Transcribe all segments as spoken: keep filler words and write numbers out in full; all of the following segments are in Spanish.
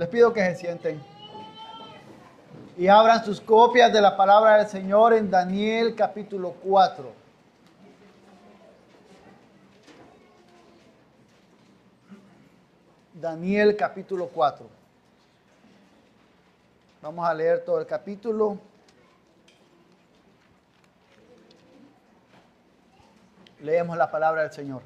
Les pido que se sienten y abran sus copias de la palabra del Señor en Daniel capítulo cuatro. Daniel capítulo cuatro. Vamos a leer todo el capítulo. Leemos la palabra del Señor.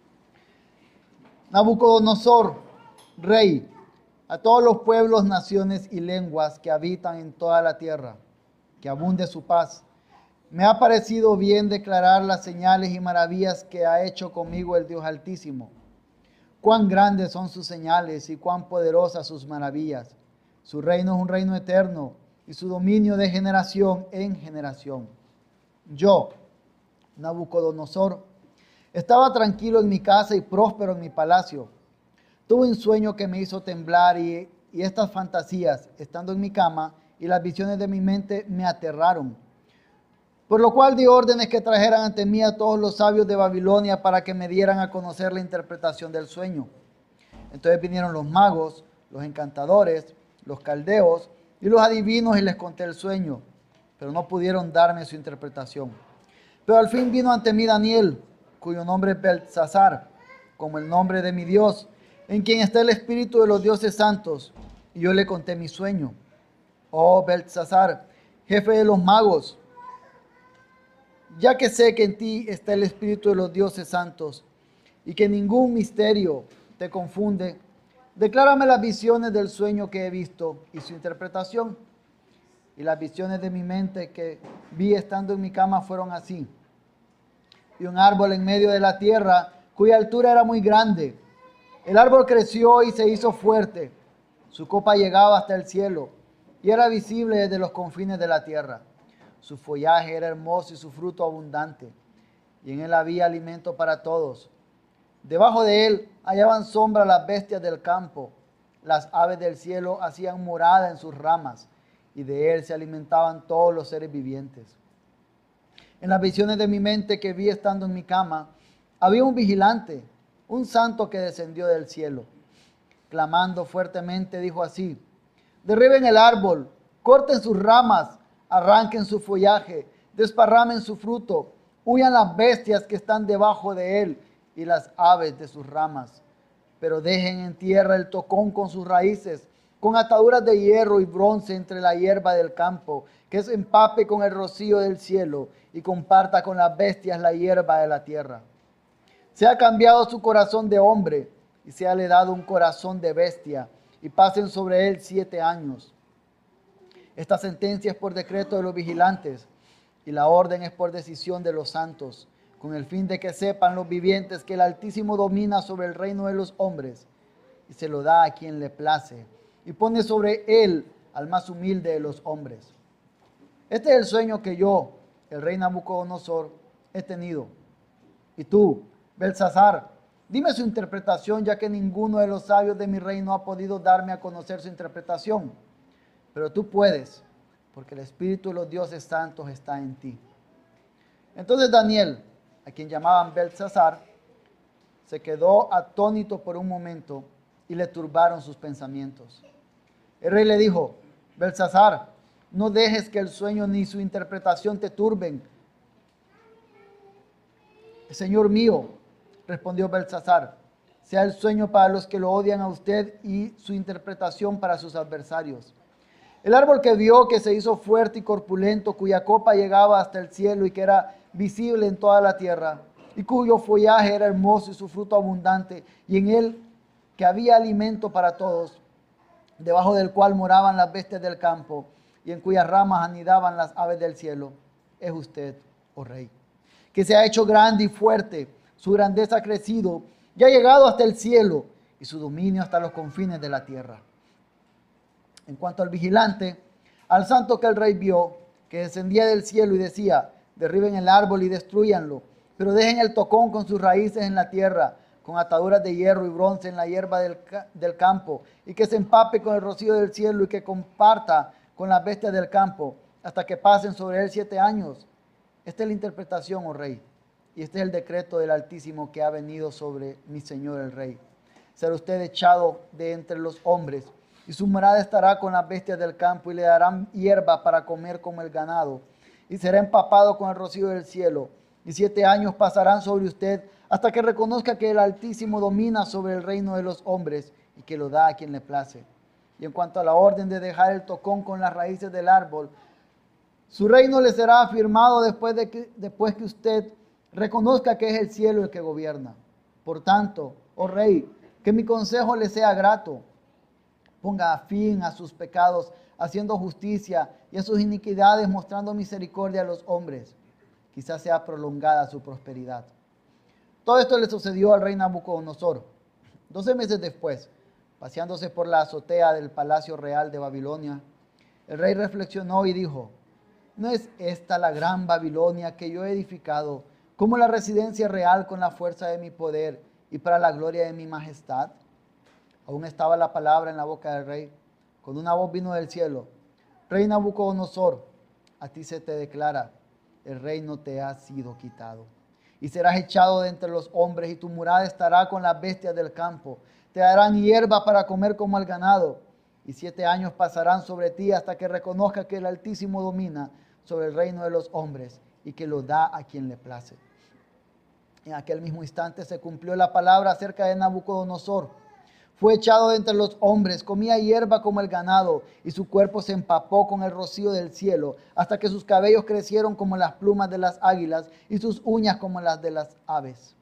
Nabucodonosor, rey, a todos los pueblos, naciones y lenguas que habitan en toda la tierra, que abunde su paz. Me ha parecido bien declarar las señales y maravillas que ha hecho conmigo el Dios Altísimo. Cuán grandes son sus señales y cuán poderosas sus maravillas. Su reino es un reino eterno y su dominio de generación en generación. Yo, Nabucodonosor, estaba tranquilo en mi casa y próspero en mi palacio. Tuve un sueño que me hizo temblar y, y estas fantasías, estando en mi cama, y las visiones de mi mente me aterraron. Por lo cual di órdenes que trajeran ante mí a todos los sabios de Babilonia para que me dieran a conocer la interpretación del sueño. Entonces vinieron los magos, los encantadores, los caldeos y los adivinos y les conté el sueño, pero no pudieron darme su interpretación. Pero al fin vino ante mí Daniel, cuyo nombre es Beltsasar, como el nombre de mi Dios, en quien está el espíritu de los dioses santos, y yo le conté mi sueño. Oh Beltsasar, jefe de los magos, ya que sé que en ti está el espíritu de los dioses santos, y que ningún misterio te confunde, declárame las visiones del sueño que he visto y su interpretación. Y las visiones de mi mente que vi estando en mi cama fueron así. Y un árbol en medio de la tierra, cuya altura era muy grande. El árbol creció y se hizo fuerte. Su copa llegaba hasta el cielo y era visible desde los confines de la tierra. Su follaje era hermoso y su fruto abundante. Y en él había alimento para todos. Debajo de él hallaban sombra las bestias del campo. Las aves del cielo hacían morada en sus ramas. Y de él se alimentaban todos los seres vivientes. En las visiones de mi mente que vi estando en mi cama, había un vigilante, un santo que descendió del cielo. Clamando fuertemente dijo así: derriben el árbol, corten sus ramas, arranquen su follaje, desparramen su fruto, huyan las bestias que están debajo de él y las aves de sus ramas. Pero dejen en tierra el tocón con sus raíces, con ataduras de hierro y bronce entre la hierba del campo, que se empape con el rocío del cielo y comparta con las bestias la hierba de la tierra. Se ha cambiado su corazón de hombre y se ha le dado un corazón de bestia, y pasen sobre él siete años. Esta sentencia es por decreto de los vigilantes y la orden es por decisión de los santos, con el fin de que sepan los vivientes que el Altísimo domina sobre el reino de los hombres y se lo da a quien le place y pone sobre él al más humilde de los hombres. Este es el sueño que yo, el rey Nabucodonosor, he tenido. Y tú, Beltsasar, dime su interpretación, ya que ninguno de los sabios de mi reino ha podido darme a conocer su interpretación. Pero tú puedes, porque el espíritu de los dioses santos está en ti. Entonces Daniel, a quien llamaban Beltsasar, se quedó atónito por un momento y le turbaron sus pensamientos. El rey le dijo: Beltsasar, no dejes que el sueño ni su interpretación te turben. Señor mío, respondió Beltsasar, sea el sueño para los que lo odian a usted y su interpretación para sus adversarios. El árbol que vio, que se hizo fuerte y corpulento, cuya copa llegaba hasta el cielo y que era visible en toda la tierra, y cuyo follaje era hermoso y su fruto abundante, y en él que había alimento para todos, debajo del cual moraban las bestias del campo, y en cuyas ramas anidaban las aves del cielo, es usted, oh rey, que se ha hecho grande y fuerte, su grandeza ha crecido, y ha llegado hasta el cielo, y su dominio hasta los confines de la tierra. En cuanto al vigilante, al santo que el rey vio, que descendía del cielo y decía: derriben el árbol y destruyanlo, pero dejen el tocón con sus raíces en la tierra, con ataduras de hierro y bronce en la hierba del, del campo, y que se empape con el rocío del cielo y que comparta con las bestias del campo, hasta que pasen sobre él siete años. Esta es la interpretación, oh rey, y este es el decreto del Altísimo que ha venido sobre mi señor el rey. Será usted echado de entre los hombres, y y su morada estará con las bestias del campo, y le darán hierba para comer como el ganado, y será empapado con el rocío del cielo. Y siete años pasarán sobre usted, hasta que reconozca que el Altísimo domina sobre el reino de los hombres, y que lo da a quien le place. Y en cuanto a la orden de dejar el tocón con las raíces del árbol, su reino le será afirmado después, de que, después que usted reconozca que es el cielo el que gobierna. Por tanto, oh rey, que mi consejo le sea grato. Ponga fin a sus pecados, haciendo justicia, y a sus iniquidades, mostrando misericordia a los hombres. Quizás sea prolongada su prosperidad. Todo esto le sucedió al rey Nabucodonosor. Doce meses después, paseándose por la azotea del palacio real de Babilonia, el rey reflexionó y dijo: ¿no es esta la gran Babilonia que yo he edificado como la residencia real con la fuerza de mi poder y para la gloria de mi majestad? Aún estaba la palabra en la boca del rey, cuando una voz vino del cielo: Rey Nabucodonosor, a ti se te declara, el reino te ha sido quitado, y serás echado de entre los hombres, y tu morada estará con las bestias del campo. Te darán hierba para comer como al ganado, y siete años pasarán sobre ti hasta que reconozca que el Altísimo domina sobre el reino de los hombres, y que lo da a quien le place. En aquel mismo instante se cumplió la palabra acerca de Nabucodonosor. Fue echado de entre los hombres, comía hierba como el ganado, y su cuerpo se empapó con el rocío del cielo, hasta que sus cabellos crecieron como las plumas de las águilas, y sus uñas como las de las aves.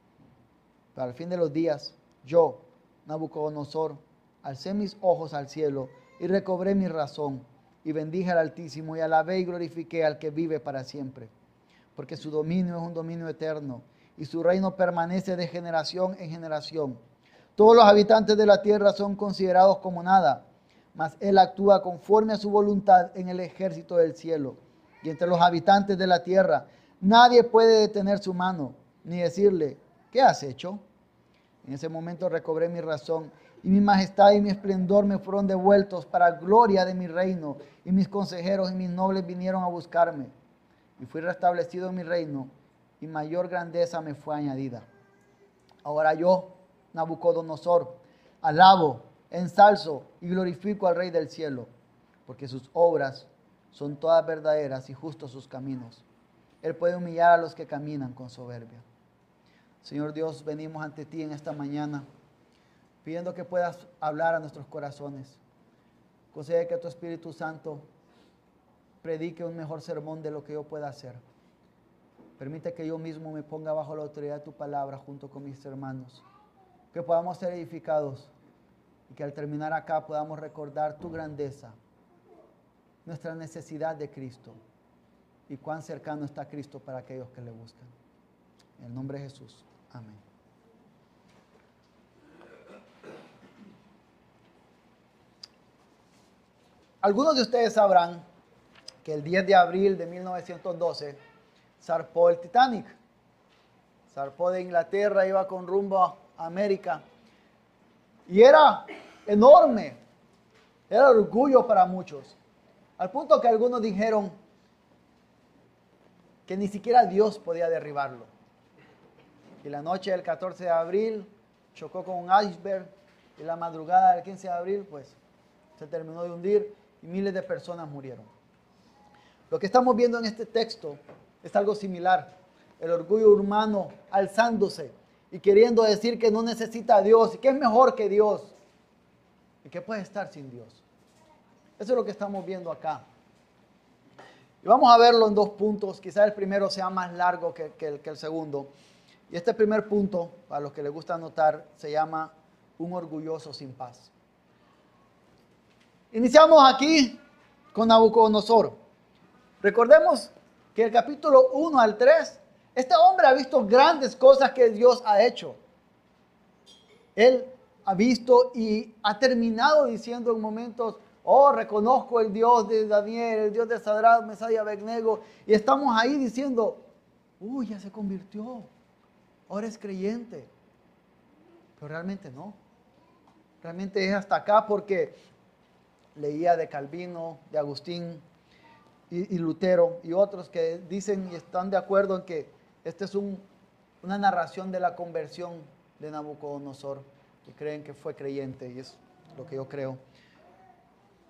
Pero al fin de los días, yo, Nabucodonosor, alcé mis ojos al cielo, y recobré mi razón, y bendije al Altísimo, y alabé y glorifiqué al que vive para siempre. Porque su dominio es un dominio eterno, y su reino permanece de generación en generación. Todos los habitantes de la tierra son considerados como nada, mas él actúa conforme a su voluntad en el ejército del cielo. Y entre los habitantes de la tierra nadie puede detener su mano, ni decirle: ¿qué has hecho? En ese momento recobré mi razón, y mi majestad y mi esplendor me fueron devueltos para gloria de mi reino, y mis consejeros y mis nobles vinieron a buscarme. Y fui restablecido en mi reino, y mayor grandeza me fue añadida. Ahora yo, Nabucodonosor, alabo, ensalzo y glorifico al Rey del cielo, porque sus obras son todas verdaderas y justos sus caminos. Él puede humillar a los que caminan con soberbia. Señor Dios, venimos ante ti en esta mañana, pidiendo que puedas hablar a nuestros corazones. Concede que tu Espíritu Santo predique un mejor sermón de lo que yo pueda hacer. Permite que yo mismo me ponga bajo la autoridad de tu palabra junto con mis hermanos. Que podamos ser edificados y que al terminar acá podamos recordar tu grandeza, nuestra necesidad de Cristo y cuán cercano está Cristo para aquellos que le buscan. En el nombre de Jesús. Amén. Algunos de ustedes sabrán que el diez de abril de mil novecientos doce zarpó el Titanic. Zarpó de Inglaterra, iba con rumbo a América. Y era enorme. Era orgullo para muchos. Al punto que algunos dijeron que ni siquiera Dios podía derribarlo. Y la noche del catorce de abril chocó con un iceberg. Y la madrugada del quince de abril, pues, se terminó de hundir y miles de personas murieron. Lo que estamos viendo en este texto es algo similar. El orgullo humano alzándose y queriendo decir que no necesita a Dios y que es mejor que Dios y que puede estar sin Dios. Eso es lo que estamos viendo acá. Y vamos a verlo en dos puntos. Quizás el primero sea más largo que, que, el, que el segundo. Y este primer punto, para los que les gusta anotar, se llama un orgulloso sin paz. Iniciamos aquí con Nabucodonosor. Recordemos que el capítulo uno al tres, este hombre ha visto grandes cosas que Dios ha hecho. Él ha visto y ha terminado diciendo en momentos: oh, reconozco el Dios de Daniel, el Dios de Sadrach, Mesach y Abednego. Y estamos ahí diciendo: uy, ya se convirtió, ahora es creyente. Pero realmente no. Realmente es hasta acá, porque leía de Calvino, de Agustín y, y Lutero y otros que dicen y están de acuerdo en que esta es un, una narración de la conversión de Nabucodonosor, que creen que fue creyente, y es lo que yo creo.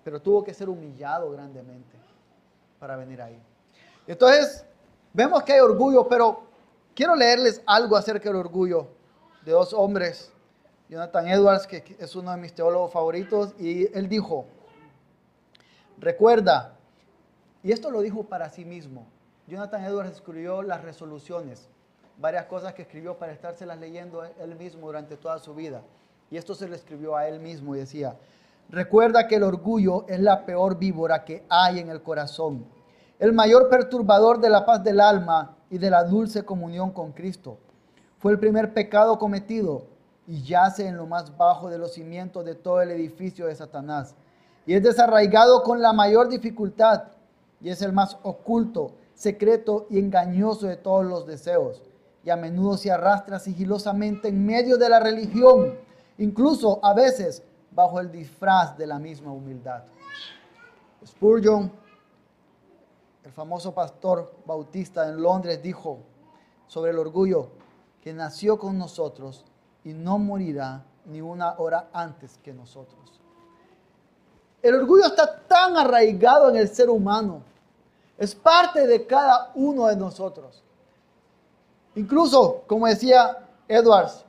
pero tuvo que ser humillado grandemente para venir ahí. Entonces, vemos que hay orgullo, pero quiero leerles algo acerca del orgullo de dos hombres. Jonathan Edwards, que es uno de mis teólogos favoritos, y él dijo, recuerda, y esto lo dijo para sí mismo. Jonathan Edwards escribió las resoluciones, varias cosas que escribió para estárselas leyendo él mismo durante toda su vida. Y esto se lo escribió a él mismo y decía, recuerda que el orgullo es la peor víbora que hay en el corazón, el mayor perturbador de la paz del alma y de la dulce comunión con Cristo. Fue el primer pecado cometido y yace en lo más bajo de los cimientos de todo el edificio de Satanás. Y es desarraigado con la mayor dificultad y es el más oculto, secreto y engañoso de todos los deseos. Y a menudo se arrastra sigilosamente en medio de la religión, incluso a veces bajo el disfraz de la misma humildad. Spurgeon, el famoso pastor bautista en Londres, dijo sobre el orgullo que nació con nosotros y no morirá ni una hora antes que nosotros. El orgullo está tan arraigado en el ser humano, es parte de cada uno de nosotros. Incluso, como decía Edwards,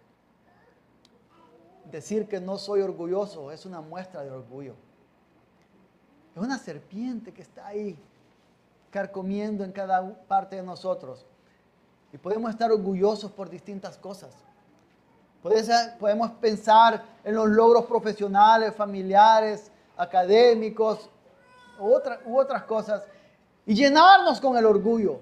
decir que no soy orgulloso es una muestra de orgullo. Es una serpiente que está ahí, carcomiendo en cada parte de nosotros. Y podemos estar orgullosos por distintas cosas. Podemos pensar en los logros profesionales, familiares, académicos, u, otra, u otras cosas, y llenarnos con el orgullo.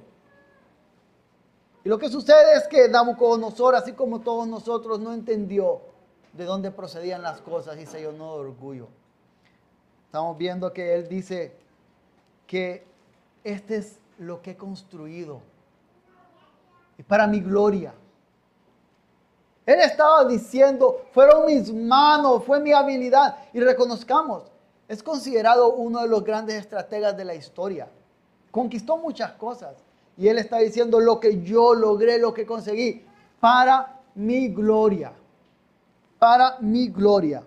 Y lo que sucede es que Nabucodonosor, así como todos nosotros, no entendió de dónde procedían las cosas y se llenó de orgullo. Estamos viendo que él dice que este es lo que he construido y para mi gloria. Él estaba diciendo, fueron mis manos, fue mi habilidad. Y reconozcamos, es considerado uno de los grandes estrategas de la historia. Conquistó muchas cosas. Y él está diciendo lo que yo logré, lo que conseguí, para mi gloria. Para mi gloria.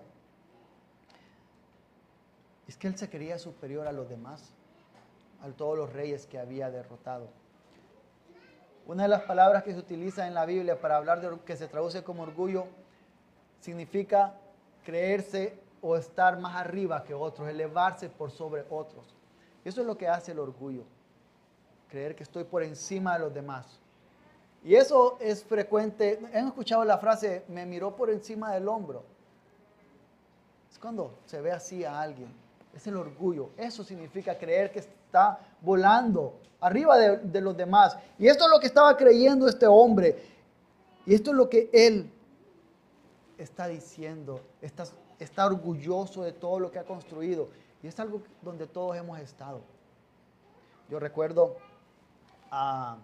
Es que él se creía superior a los demás, a todos los reyes que había derrotado. Una de las palabras que se utiliza en la Biblia para hablar de que se traduce como orgullo significa creerse o estar más arriba que otros, elevarse por sobre otros. Eso es lo que hace el orgullo, creer que estoy por encima de los demás. Y eso es frecuente. ¿Han escuchado la frase, me miró por encima del hombro? Es cuando se ve así a alguien. Es el orgullo. Eso significa creer que está volando arriba de, de los demás. Y esto es lo que estaba creyendo este hombre. Y esto es lo que él está diciendo. Está, está orgulloso de todo lo que ha construido. Y es algo donde todos hemos estado. Yo recuerdo uh,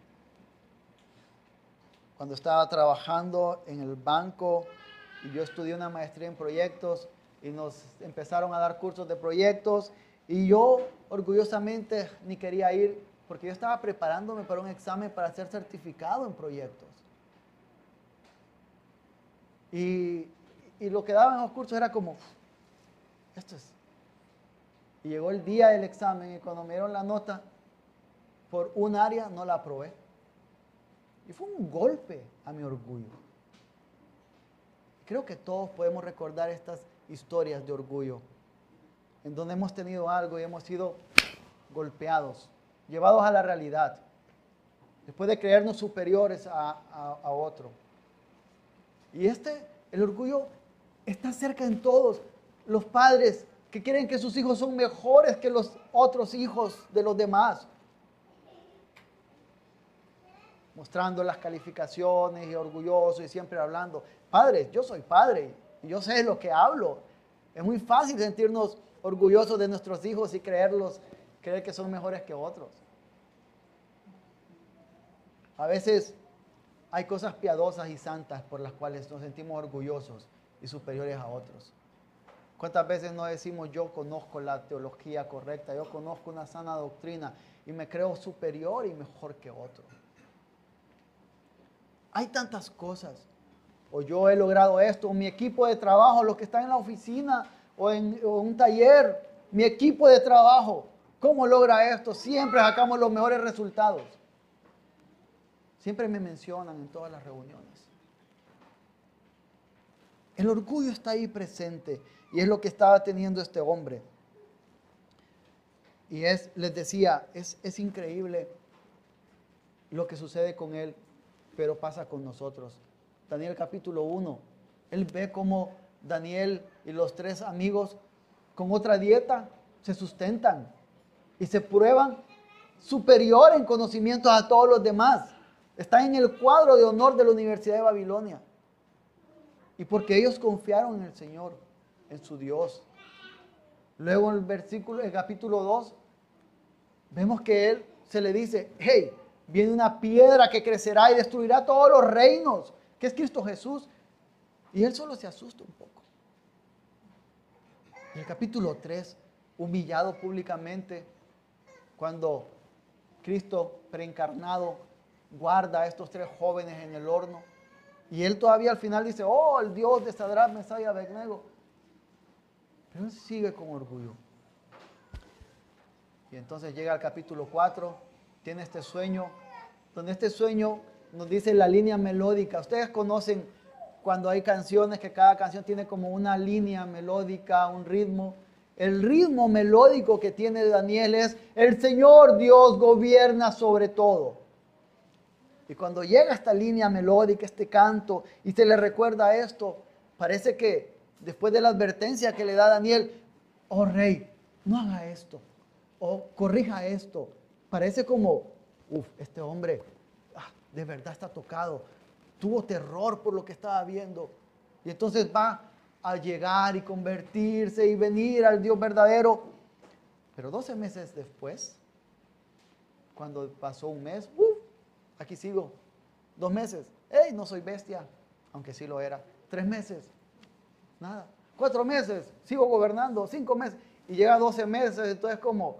cuando estaba trabajando en el banco y yo estudié una maestría en proyectos y nos empezaron a dar cursos de proyectos y yo orgullosamente ni quería ir porque yo estaba preparándome para un examen para ser certificado en proyectos. Y, y lo que daban en los cursos era como, esto es. Y llegó el día del examen y cuando me dieron la nota, por un área no la aprobé. Y fue un golpe a mi orgullo. Creo que todos podemos recordar estas historias de orgullo, en donde hemos tenido algo y hemos sido golpeados, llevados a la realidad, después de creernos superiores a, a, a otro. Y este, el orgullo está cerca en todos. Los padres que creen que sus hijos son mejores que los otros hijos de los demás, mostrando las calificaciones y orgulloso y siempre hablando. Padres, yo soy padre y yo sé lo que hablo. Es muy fácil sentirnos orgullosos de nuestros hijos y creerlos, creer que son mejores que otros. A veces hay cosas piadosas y santas por las cuales nos sentimos orgullosos y superiores a otros. ¿Cuántas veces no decimos yo conozco la teología correcta, yo conozco una sana doctrina y me creo superior y mejor que otro? Hay tantas cosas. O yo he logrado esto, o mi equipo de trabajo, los que están en la oficina, o en, o en un taller, mi equipo de trabajo, ¿cómo logra esto? Siempre sacamos los mejores resultados. Siempre me mencionan en todas las reuniones. El orgullo está ahí presente y es lo que estaba teniendo este hombre. Y es, les decía, es, es increíble lo que sucede con él, pero pasa con nosotros. Daniel capítulo uno, él ve cómo Daniel y los tres amigos con otra dieta se sustentan y se prueban superior en conocimientos a todos los demás. Están en el cuadro de honor de la Universidad de Babilonia. Y porque ellos confiaron en el Señor, en su Dios. Luego en el versículo, el capítulo dos, vemos que él se le dice, hey, viene una piedra que crecerá y destruirá todos los reinos, que es Cristo Jesús. Y él solo se asusta un poco. En el capítulo tres, humillado públicamente, cuando Cristo preencarnado guarda a estos tres jóvenes en el horno. Y él todavía al final dice, oh, el Dios de Sadrach, Mesach y Abednego. Pero él sigue con orgullo. Y entonces llega al capítulo cuatro, tiene este sueño, donde este sueño nos dice la línea melódica. Ustedes conocen cuando hay canciones que cada canción tiene como una línea melódica, un ritmo. El ritmo melódico que tiene Daniel es, el Señor Dios gobierna sobre todo. Y cuando llega esta línea melódica, este canto, y se le recuerda esto, parece que después de la advertencia que le da Daniel, oh rey, no haga esto, o corrija esto, parece como, uff, este hombre ah, de verdad está tocado, tuvo terror por lo que estaba viendo, y entonces va a llegar y convertirse y venir al Dios verdadero. Pero doce meses después, cuando pasó un mes, uff, aquí sigo. Dos meses, hey, no soy bestia, aunque sí lo era. Tres meses, nada. Cuatro meses, sigo gobernando. Cinco meses, y llega doce meses, entonces como,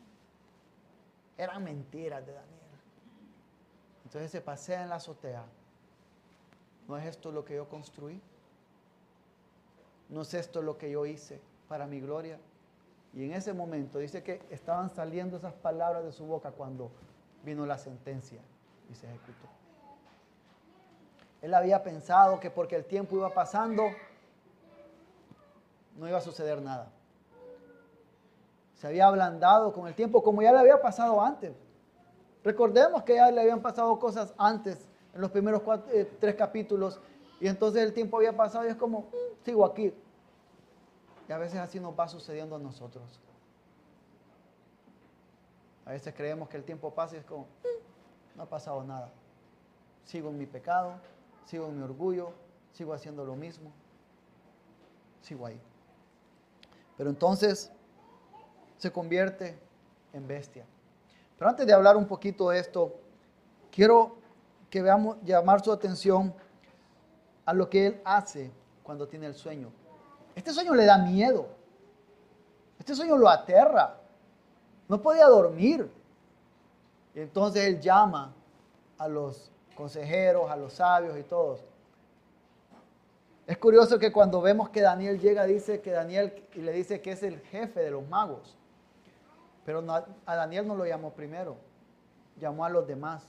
eran mentiras de Daniel. Entonces se pasea en la azotea. ¿No es esto lo que yo construí? ¿No es esto lo que yo hice para mi gloria? Y en ese momento dice que estaban saliendo esas palabras de su boca cuando vino la sentencia y se ejecutó. Él había pensado que porque el tiempo iba pasando, no iba a suceder nada. Se había ablandado con el tiempo, como ya le había pasado antes. Recordemos que ya le habían pasado cosas antes, en los primeros cuatro, eh, tres capítulos, y entonces el tiempo había pasado y es como, mm, sigo aquí. Y a veces así nos va sucediendo a nosotros. A veces creemos que el tiempo pasa y es como, mm, no ha pasado nada. Sigo en mi pecado, sigo en mi orgullo, sigo haciendo lo mismo. Sigo ahí. Pero entonces se convierte en bestia. Pero antes de hablar un poquito de esto, quiero que veamos, llamar su atención a lo que él hace cuando tiene el sueño. Este sueño le da miedo. Este sueño lo aterra. No podía dormir. Y entonces él llama a los consejeros, a los sabios y todos. Es curioso que cuando vemos que Daniel llega, dice que Daniel, y le dice que es el jefe de los magos. Pero no, a Daniel no lo llamó primero, llamó a los demás.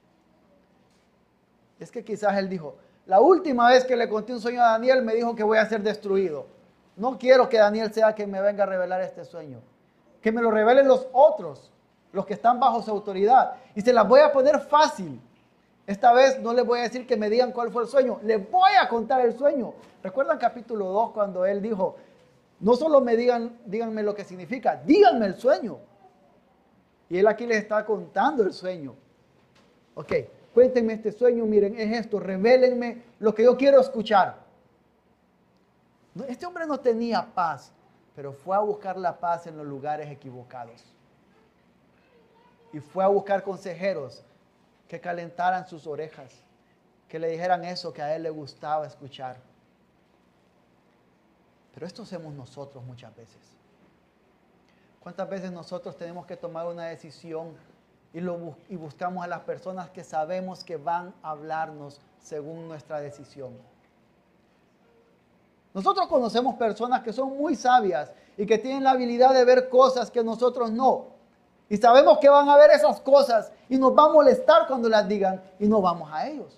Es que quizás él dijo, la última vez que le conté un sueño a Daniel me dijo que voy a ser destruido. No quiero que Daniel sea quien me venga a revelar este sueño. Que me lo revelen los otros, los que están bajo su autoridad. Y se las voy a poner fácil. Esta vez no les voy a decir que me digan cuál fue el sueño. Les voy a contar el sueño. ¿Recuerdan capítulo dos cuando él dijo, no solo me digan, díganme lo que significa, díganme el sueño? Y él aquí les está contando el sueño. Ok, cuéntenme este sueño, miren, es esto, revélenme lo que yo quiero escuchar. Este hombre no tenía paz, pero fue a buscar la paz en los lugares equivocados. Y fue a buscar consejeros que calentaran sus orejas, que le dijeran eso que a él le gustaba escuchar. Pero esto hacemos nosotros muchas veces. ¿Cuántas veces nosotros tenemos que tomar una decisión y, lo, y buscamos a las personas que sabemos que van a hablarnos según nuestra decisión? Nosotros conocemos personas que son muy sabias y que tienen la habilidad de ver cosas que nosotros no. Y sabemos que van a ver esas cosas y nos va a molestar cuando las digan y no vamos a ellos.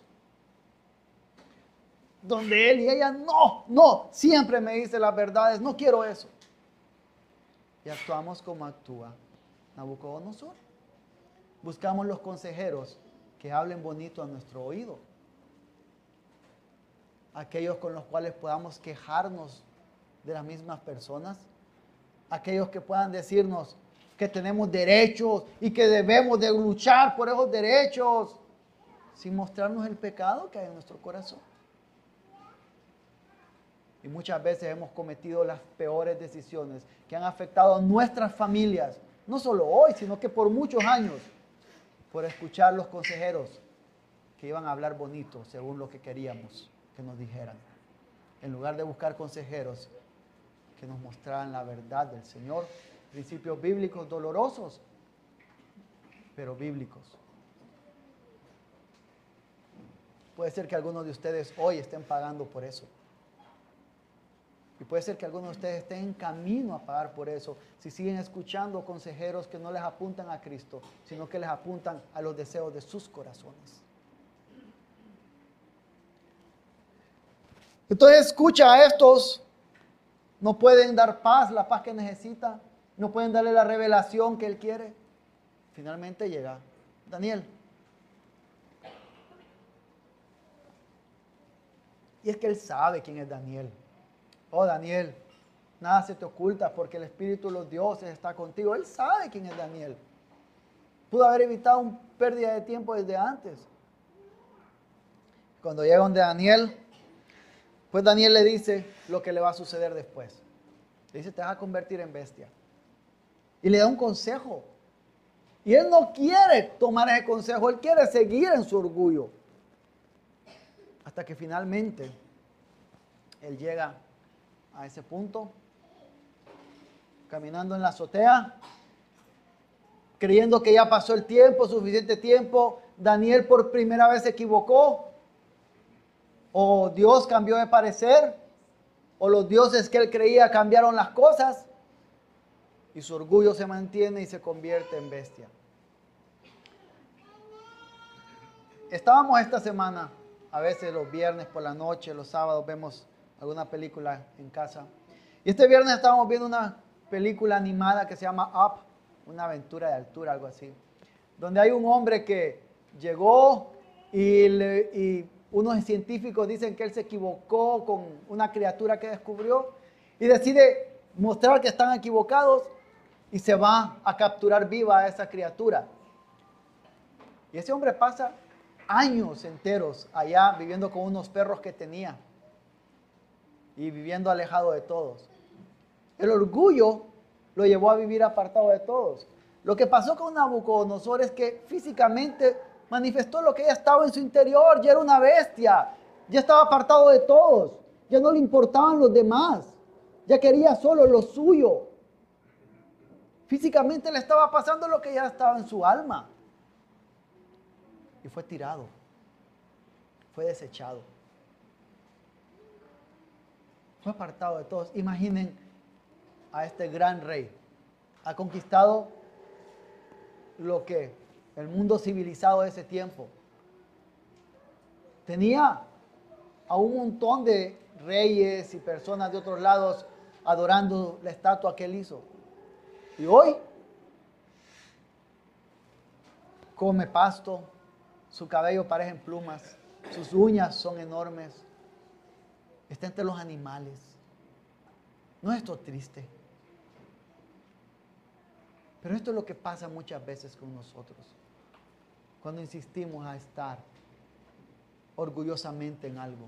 Donde él y ella, no, no, siempre me dice las verdades, no quiero eso. Y actuamos como actúa Nabucodonosor. Buscamos los consejeros que hablen bonito a nuestro oído. Aquellos con los cuales podamos quejarnos de las mismas personas. Aquellos que puedan decirnos que tenemos derechos y que debemos de luchar por esos derechos, sin mostrarnos el pecado que hay en nuestro corazón. Y muchas veces hemos cometido las peores decisiones que han afectado a nuestras familias, no solo hoy, sino que por muchos años, por escuchar los consejeros que iban a hablar bonito según lo que queríamos que nos dijeran, en lugar de buscar consejeros que nos mostraran la verdad del Señor, principios bíblicos dolorosos, pero bíblicos. Puede ser que algunos de ustedes hoy estén pagando por eso. Y puede ser que algunos de ustedes estén en camino a pagar por eso si siguen escuchando consejeros que no les apuntan a Cristo, sino que les apuntan a los deseos de sus corazones. Entonces escucha a estos, no pueden dar paz, la paz que necesita, no pueden darle la revelación que él quiere. Finalmente llega Daniel. Y es que él sabe quién es Daniel. Oh, Daniel, nada se te oculta porque el Espíritu de los dioses está contigo. Él sabe quién es Daniel. Pudo haber evitado una pérdida de tiempo desde antes. Cuando llega donde Daniel, pues Daniel le dice lo que le va a suceder después. Le dice, te vas a convertir en bestia. Y le da un consejo. Y él no quiere tomar ese consejo, él quiere seguir en su orgullo. Hasta que finalmente él llega a ese punto, caminando en la azotea, creyendo que ya pasó el tiempo, suficiente tiempo. Daniel por primera vez se equivocó, o Dios cambió de parecer, o los dioses que él creía cambiaron las cosas, y su orgullo se mantiene y se convierte en bestia. Estábamos esta semana, a veces los viernes por la noche, los sábados vemos alguna película en casa. Y este viernes estábamos viendo una película animada que se llama Up, una aventura de altura, algo así. Donde hay un hombre que llegó y, le, y unos científicos dicen que él se equivocó con una criatura que descubrió y decide mostrar que están equivocados y se va a capturar viva a esa criatura. Y ese hombre pasa años enteros allá viviendo con unos perros que tenía y viviendo alejado de todos. El orgullo lo llevó a vivir apartado de todos. Lo que pasó con Nabucodonosor es que físicamente manifestó lo que ya estaba en su interior, ya era una bestia, ya estaba apartado de todos, ya no le importaban los demás, ya quería solo lo suyo. Físicamente le estaba pasando lo que ya estaba en su alma. Y fue tirado, fue desechado, fue apartado de todos. Imaginen a este gran rey, ha conquistado lo que el mundo civilizado de ese tiempo. Tenía a un montón de reyes y personas de otros lados adorando la estatua que él hizo. Y hoy come pasto, su cabello parecen plumas, sus uñas son enormes, está entre los animales. ¿No es esto triste? Pero esto es lo que pasa muchas veces con nosotros, cuando insistimos a estar orgullosamente en algo.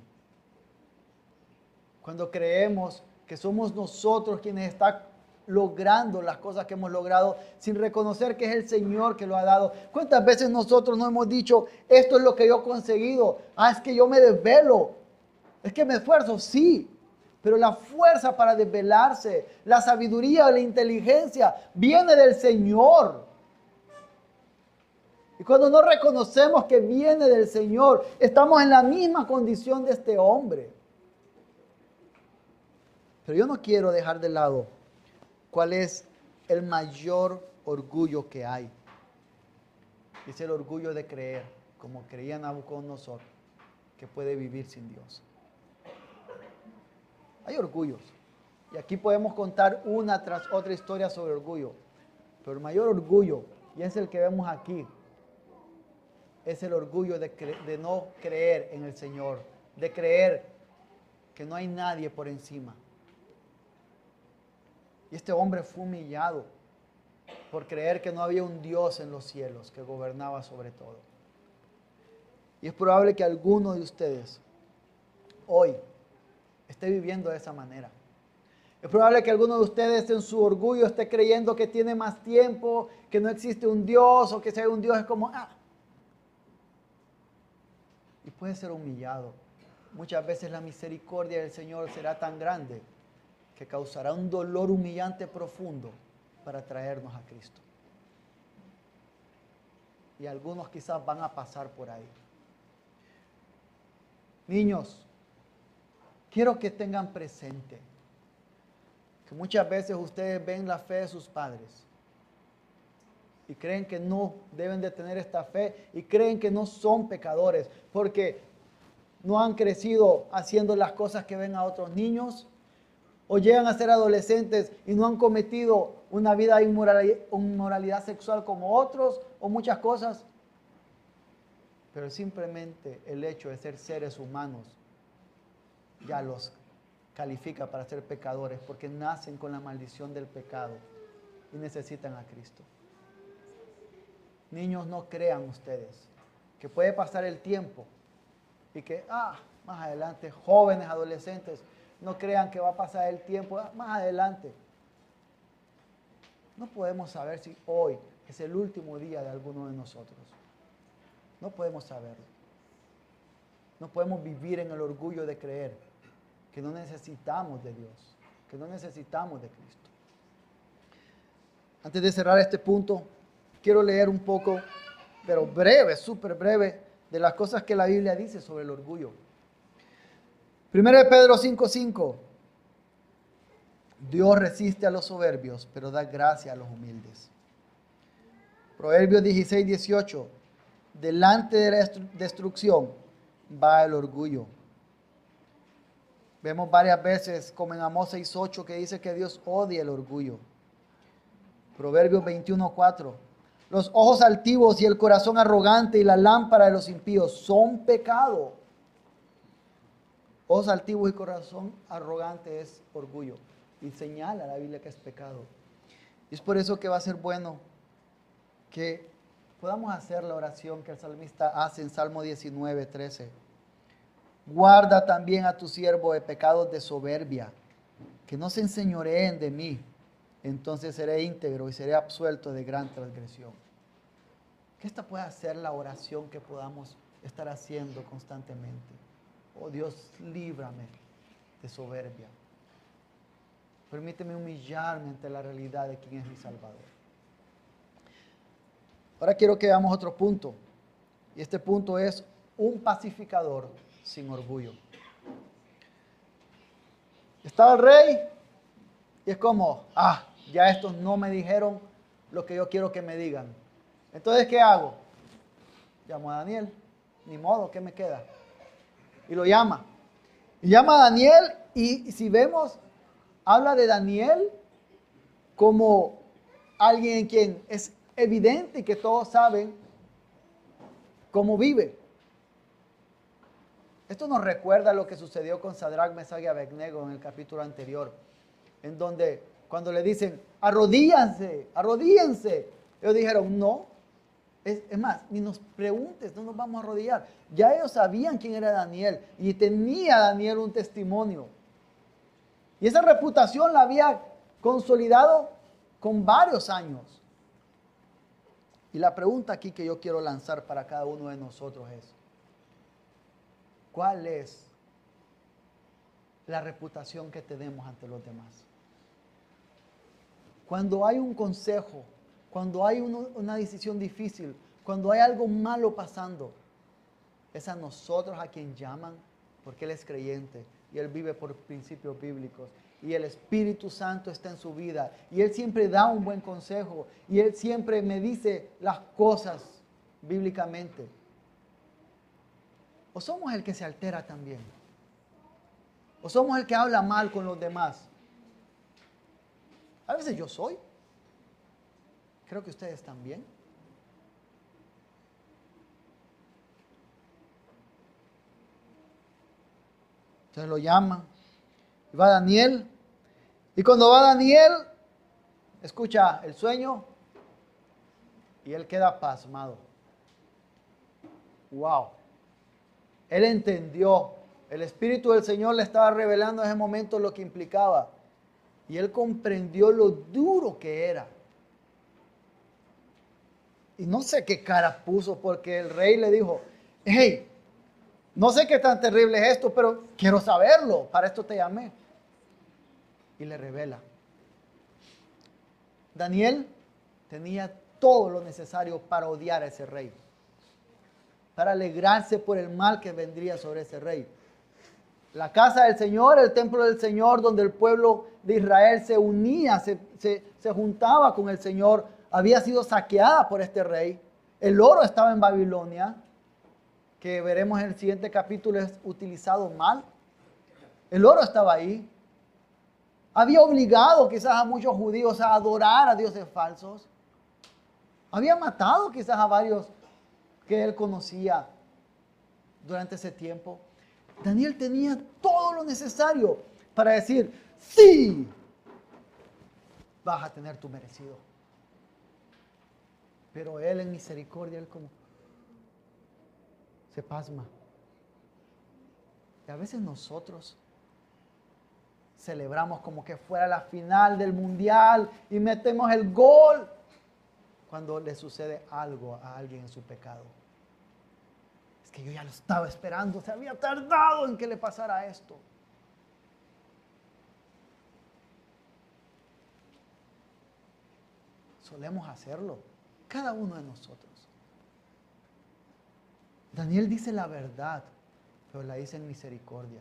Cuando creemos que somos nosotros quienes están logrando las cosas que hemos logrado sin reconocer que es el Señor que lo ha dado. ¿Cuántas veces nosotros no hemos dicho, esto es lo que yo he conseguido? Ah, es que yo me desvelo. Es que me esfuerzo, sí. Pero la fuerza para desvelarse, la sabiduría, la inteligencia, viene del Señor. Y cuando no reconocemos que viene del Señor, estamos en la misma condición de este hombre. Pero yo no quiero dejar de lado cuál es el mayor orgullo que hay. Es el orgullo de creer, como creía Nabucodonosor, que puede vivir sin Dios. Hay orgullos. Y aquí podemos contar una tras otra historia sobre orgullo. Pero el mayor orgullo, y es el que vemos aquí, es el orgullo de, de no creer en el Señor, de creer que no hay nadie por encima. Y este hombre fue humillado por creer que no había un Dios en los cielos que gobernaba sobre todo. Y es probable que alguno de ustedes hoy esté viviendo de esa manera. Es probable que alguno de ustedes en su orgullo esté creyendo que tiene más tiempo, que no existe un Dios, o que si hay un Dios es como, ah. Y puede ser humillado. Muchas veces la misericordia del Señor será tan grande que causará un dolor humillante profundo para traernos a Cristo. Y algunos quizás van a pasar por ahí. Niños, quiero que tengan presente que muchas veces ustedes ven la fe de sus padres y creen que no deben de tener esta fe y creen que no son pecadores porque no han crecido haciendo las cosas que ven a otros niños, o llegan a ser adolescentes y no han cometido una vida de inmoralidad, inmoralidad sexual como otros, o muchas cosas. Pero simplemente el hecho de ser seres humanos ya los califica para ser pecadores, porque nacen con la maldición del pecado y necesitan a Cristo. Niños, no crean ustedes que puede pasar el tiempo y que, ah, más adelante, jóvenes, adolescentes, no crean que va a pasar el tiempo, ah, más adelante. No podemos saber si hoy es el último día de alguno de nosotros. No podemos saberlo. No podemos vivir en el orgullo de creer que no necesitamos de Dios, que no necesitamos de Cristo. Antes de cerrar este punto, quiero leer un poco, pero breve, súper breve, de las cosas que la Biblia dice sobre el orgullo. Primero de Pedro cinco cinco. Dios resiste a los soberbios, pero da gracia a los humildes. Proverbios dieciséis dieciocho. Delante de la destrucción va el orgullo. Vemos varias veces, como en Amós seis ocho, que dice que Dios odia el orgullo. Proverbios veintiuno cuatro. Los ojos altivos y el corazón arrogante y la lámpara de los impíos son pecado. Ojos altivos y corazón arrogante es orgullo. Y señala la Biblia que es pecado. Y es por eso que va a ser bueno que podamos hacer la oración que el salmista hace en Salmo diecinueve trece. Guarda también a tu siervo de pecados de soberbia, que no se enseñoreen de mí. Entonces seré íntegro y seré absuelto de gran transgresión. Que esta pueda ser la oración que podamos estar haciendo constantemente. Oh Dios, líbrame de soberbia. Permíteme humillarme ante la realidad de quién es mi Salvador. Ahora quiero que veamos otro punto. Y este punto es un pacificador sin orgullo. Estaba el rey y es como, ah, ya estos no me dijeron lo que yo quiero que me digan. Entonces, ¿qué hago? Llamo a Daniel. Ni modo, ¿qué me queda? Y lo llama. Y llama a Daniel y, y si vemos, habla de Daniel como alguien en quien es evidente que todos saben cómo vive. Esto nos recuerda lo que sucedió con Sadrach, Mesach y Abednego en el capítulo anterior, en donde cuando le dicen, arrodíllense, arrodíllense, ellos dijeron, no, es, es más, ni nos preguntes, no nos vamos a arrodillar. Ya ellos sabían quién era Daniel y tenía Daniel un testimonio. Y esa reputación la había consolidado con varios años. Y la pregunta aquí que yo quiero lanzar para cada uno de nosotros es, ¿cuál es la reputación que tenemos ante los demás? Cuando hay un consejo, cuando hay uno, una decisión difícil, cuando hay algo malo pasando, ¿es a nosotros a quien llaman porque Él es creyente y Él vive por principios bíblicos. Y el Espíritu Santo está en su vida. Y Él siempre da un buen consejo. Y Él siempre me dice las cosas bíblicamente. ¿O somos el que se altera también? ¿O somos el que habla mal con los demás? A veces yo soy. Creo que ustedes también. Entonces lo llaman. Y va Daniel. Y cuando va Daniel, escucha el sueño y él queda pasmado. Wow. Él entendió. El Espíritu del Señor le estaba revelando en ese momento lo que implicaba. Y él comprendió lo duro que era. Y no sé qué cara puso porque el rey le dijo, hey, no sé qué tan terrible es esto, pero quiero saberlo. Para esto te llamé. Y le revela. Daniel tenía todo lo necesario para odiar a ese rey. Para alegrarse por el mal que vendría sobre ese rey. La casa del Señor, el templo del Señor, donde el pueblo de Israel se unía, se, se, se juntaba con el Señor, había sido saqueada por este rey. El oro estaba en Babilonia, que veremos en el siguiente capítulo es utilizado mal. El oro estaba ahí. Había obligado quizás a muchos judíos a adorar a dioses falsos. Había matado quizás a varios que él conocía durante ese tiempo. Daniel tenía todo lo necesario para decir, sí, vas a tener tu merecido. Pero él en misericordia, él como se pasma. Y a veces nosotros celebramos como que fuera la final del mundial y metemos el gol cuando le sucede algo a alguien en su pecado. Es que yo ya lo estaba esperando, se había tardado en que le pasara esto. Solemos hacerlo, cada uno de nosotros. Daniel dice la verdad, pero la dice en misericordia.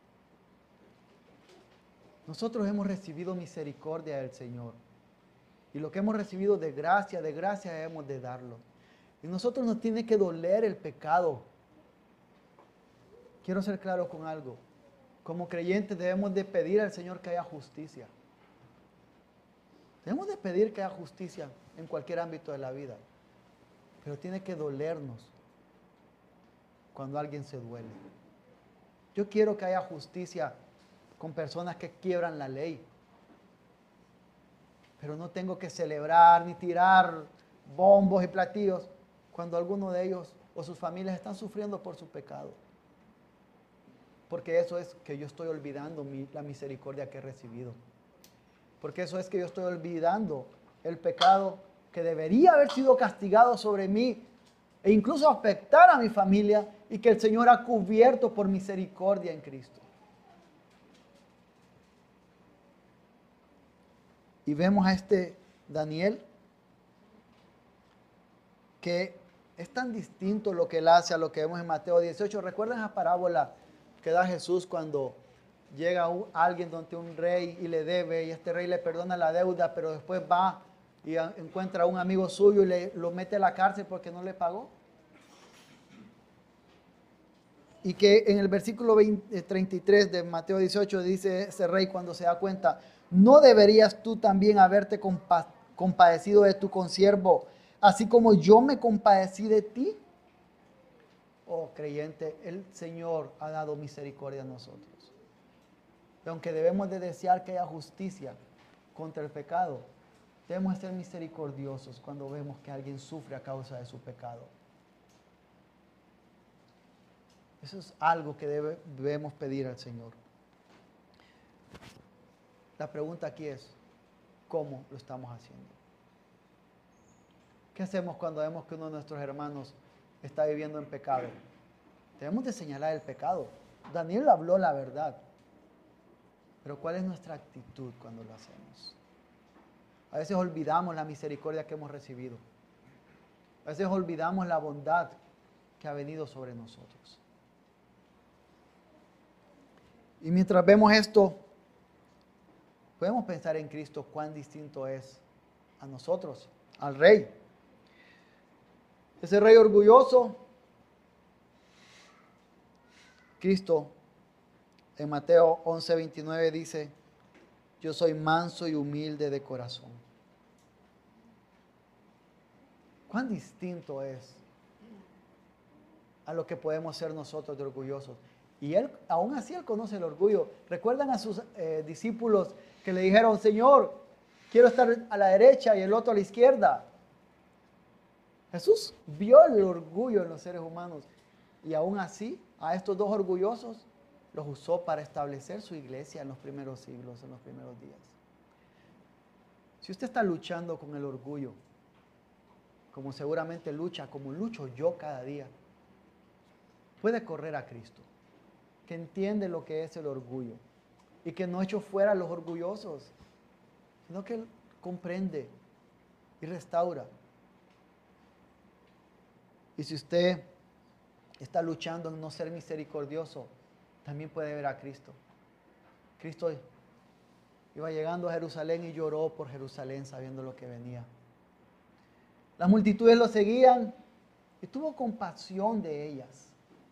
Nosotros hemos recibido misericordia del Señor. Y lo que hemos recibido de gracia, de gracia hemos de darlo. Y nosotros nos tiene que doler el pecado. Quiero ser claro con algo. Como creyentes debemos de pedir al Señor que haya justicia. Debemos de pedir que haya justicia en cualquier ámbito de la vida. Pero tiene que dolernos cuando alguien se duele. Yo quiero que haya justicia con personas que quiebran la ley. Pero no tengo que celebrar ni tirar bombos y platillos cuando alguno de ellos o sus familias están sufriendo por su pecado. Porque eso es que yo estoy olvidando mi, la misericordia que he recibido. Porque eso es que yo estoy olvidando el pecado que debería haber sido castigado sobre mí e incluso afectar a mi familia y que el Señor ha cubierto por misericordia en Cristo. Y vemos a este Daniel que es tan distinto lo que él hace a lo que vemos en Mateo dieciocho. ¿Recuerdan esa parábola que da Jesús cuando llega un, alguien donde un rey y le debe y este rey le perdona la deuda, pero después va y a, encuentra a un amigo suyo y le, lo mete a la cárcel porque no le pagó? Y que en el versículo veinte, treinta y tres de Mateo dieciocho dice ese rey cuando se da cuenta, ¿no deberías tú también haberte compa- compadecido de tu consiervo, así como yo me compadecí de ti? Oh creyente, el Señor ha dado misericordia a nosotros. Y aunque debemos de desear que haya justicia contra el pecado, debemos ser misericordiosos cuando vemos que alguien sufre a causa de su pecado. Eso es algo que debe, debemos pedir al Señor. La pregunta aquí es, ¿cómo lo estamos haciendo? ¿Qué hacemos cuando vemos que uno de nuestros hermanos está viviendo en pecado? Debemos de señalar el pecado. Daniel habló la verdad. Pero ¿cuál es nuestra actitud cuando lo hacemos? A veces olvidamos la misericordia que hemos recibido. A veces olvidamos la bondad que ha venido sobre nosotros. Y mientras vemos esto, podemos pensar en Cristo cuán distinto es a nosotros, al rey. Ese rey orgulloso, Cristo en Mateo once veintinueve dice, yo soy manso y humilde de corazón. Cuán distinto es a lo que podemos ser nosotros de orgullosos. Y él, aún así, él conoce el orgullo. ¿Recuerdan a sus eh, discípulos que le dijeron, Señor, quiero estar a la derecha y el otro a la izquierda? Jesús vio el orgullo en los seres humanos y aún así, a estos dos orgullosos, los usó para establecer su iglesia en los primeros siglos, en los primeros días. Si usted está luchando con el orgullo, como seguramente lucha, como lucho yo cada día, puede correr a Cristo, que entiende lo que es el orgullo y que no echa fuera a los orgullosos, sino que Él comprende y restaura. Y si usted está luchando en no ser misericordioso, también puede ver a Cristo. Cristo iba llegando a Jerusalén y lloró por Jerusalén sabiendo lo que venía. Las multitudes lo seguían y tuvo compasión de ellas.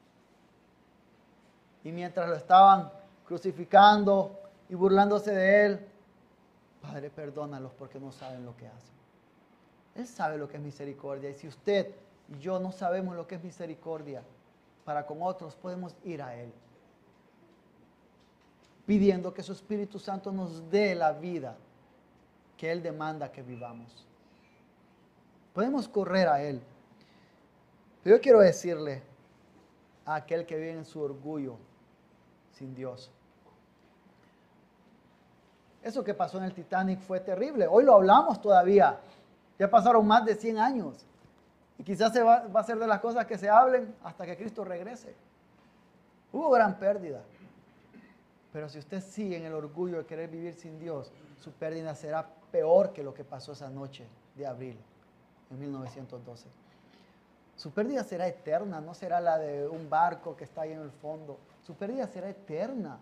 Y mientras lo estaban crucificando y burlándose de él, Padre, perdónalos porque no saben lo que hacen. Él sabe lo que es misericordia. Y si usted y yo no sabemos lo que es misericordia para con otros, podemos ir a Él, pidiendo que su Espíritu Santo nos dé la vida que Él demanda que vivamos. Podemos correr a Él. Pero yo quiero decirle a aquel que vive en su orgullo sin Dios. Eso que pasó en el Titanic fue terrible. Hoy lo hablamos todavía. Ya pasaron más de cien años. Y quizás se va, va a ser de las cosas que se hablen hasta que Cristo regrese. Hubo gran pérdida. Pero si usted sigue en el orgullo de querer vivir sin Dios, su pérdida será peor que lo que pasó esa noche de abril en mil novecientos doce. Su pérdida será eterna, no será la de un barco que está ahí en el fondo. Su pérdida será eterna.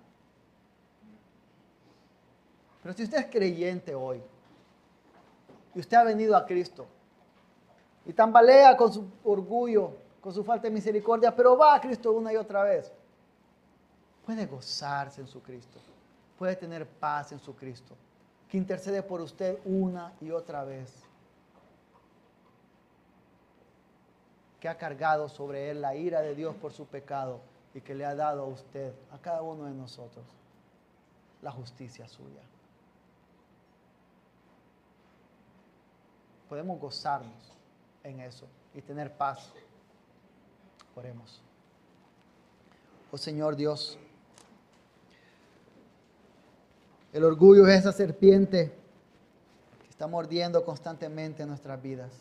Pero si usted es creyente hoy y usted ha venido a Cristo y tambalea con su orgullo, con su falta de misericordia, pero va a Cristo una y otra vez, puede gozarse en su Cristo, puede tener paz en su Cristo, que intercede por usted una y otra vez, que ha cargado sobre él la ira de Dios por su pecado y que le ha dado a usted, a cada uno de nosotros, la justicia suya. Podemos gozarnos en eso y tener paz. Oremos. Oh Señor Dios, el orgullo es esa serpiente que está mordiendo constantemente nuestras vidas.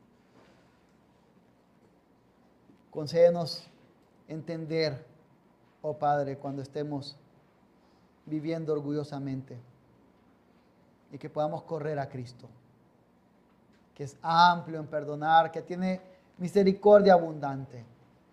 Concédenos entender, oh Padre, cuando estemos viviendo orgullosamente y que podamos correr a Cristo, que es amplio en perdonar, que tiene misericordia abundante.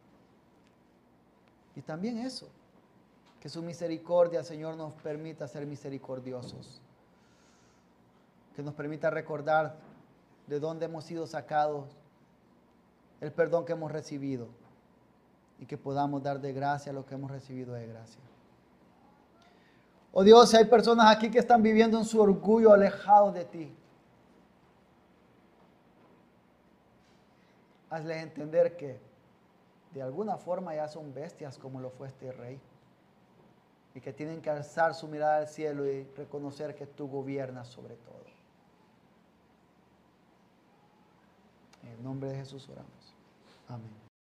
Y también eso, que su misericordia, Señor, nos permita ser misericordiosos, que nos permita recordar de dónde hemos sido sacados, el perdón que hemos recibido y que podamos dar de gracia lo que hemos recibido de gracia. Oh Dios, si hay personas aquí que están viviendo en su orgullo alejados de ti, hazles entender que de alguna forma ya son bestias como lo fue este rey y que tienen que alzar su mirada al cielo y reconocer que tú gobiernas sobre todo. En el nombre de Jesús oramos. Amén.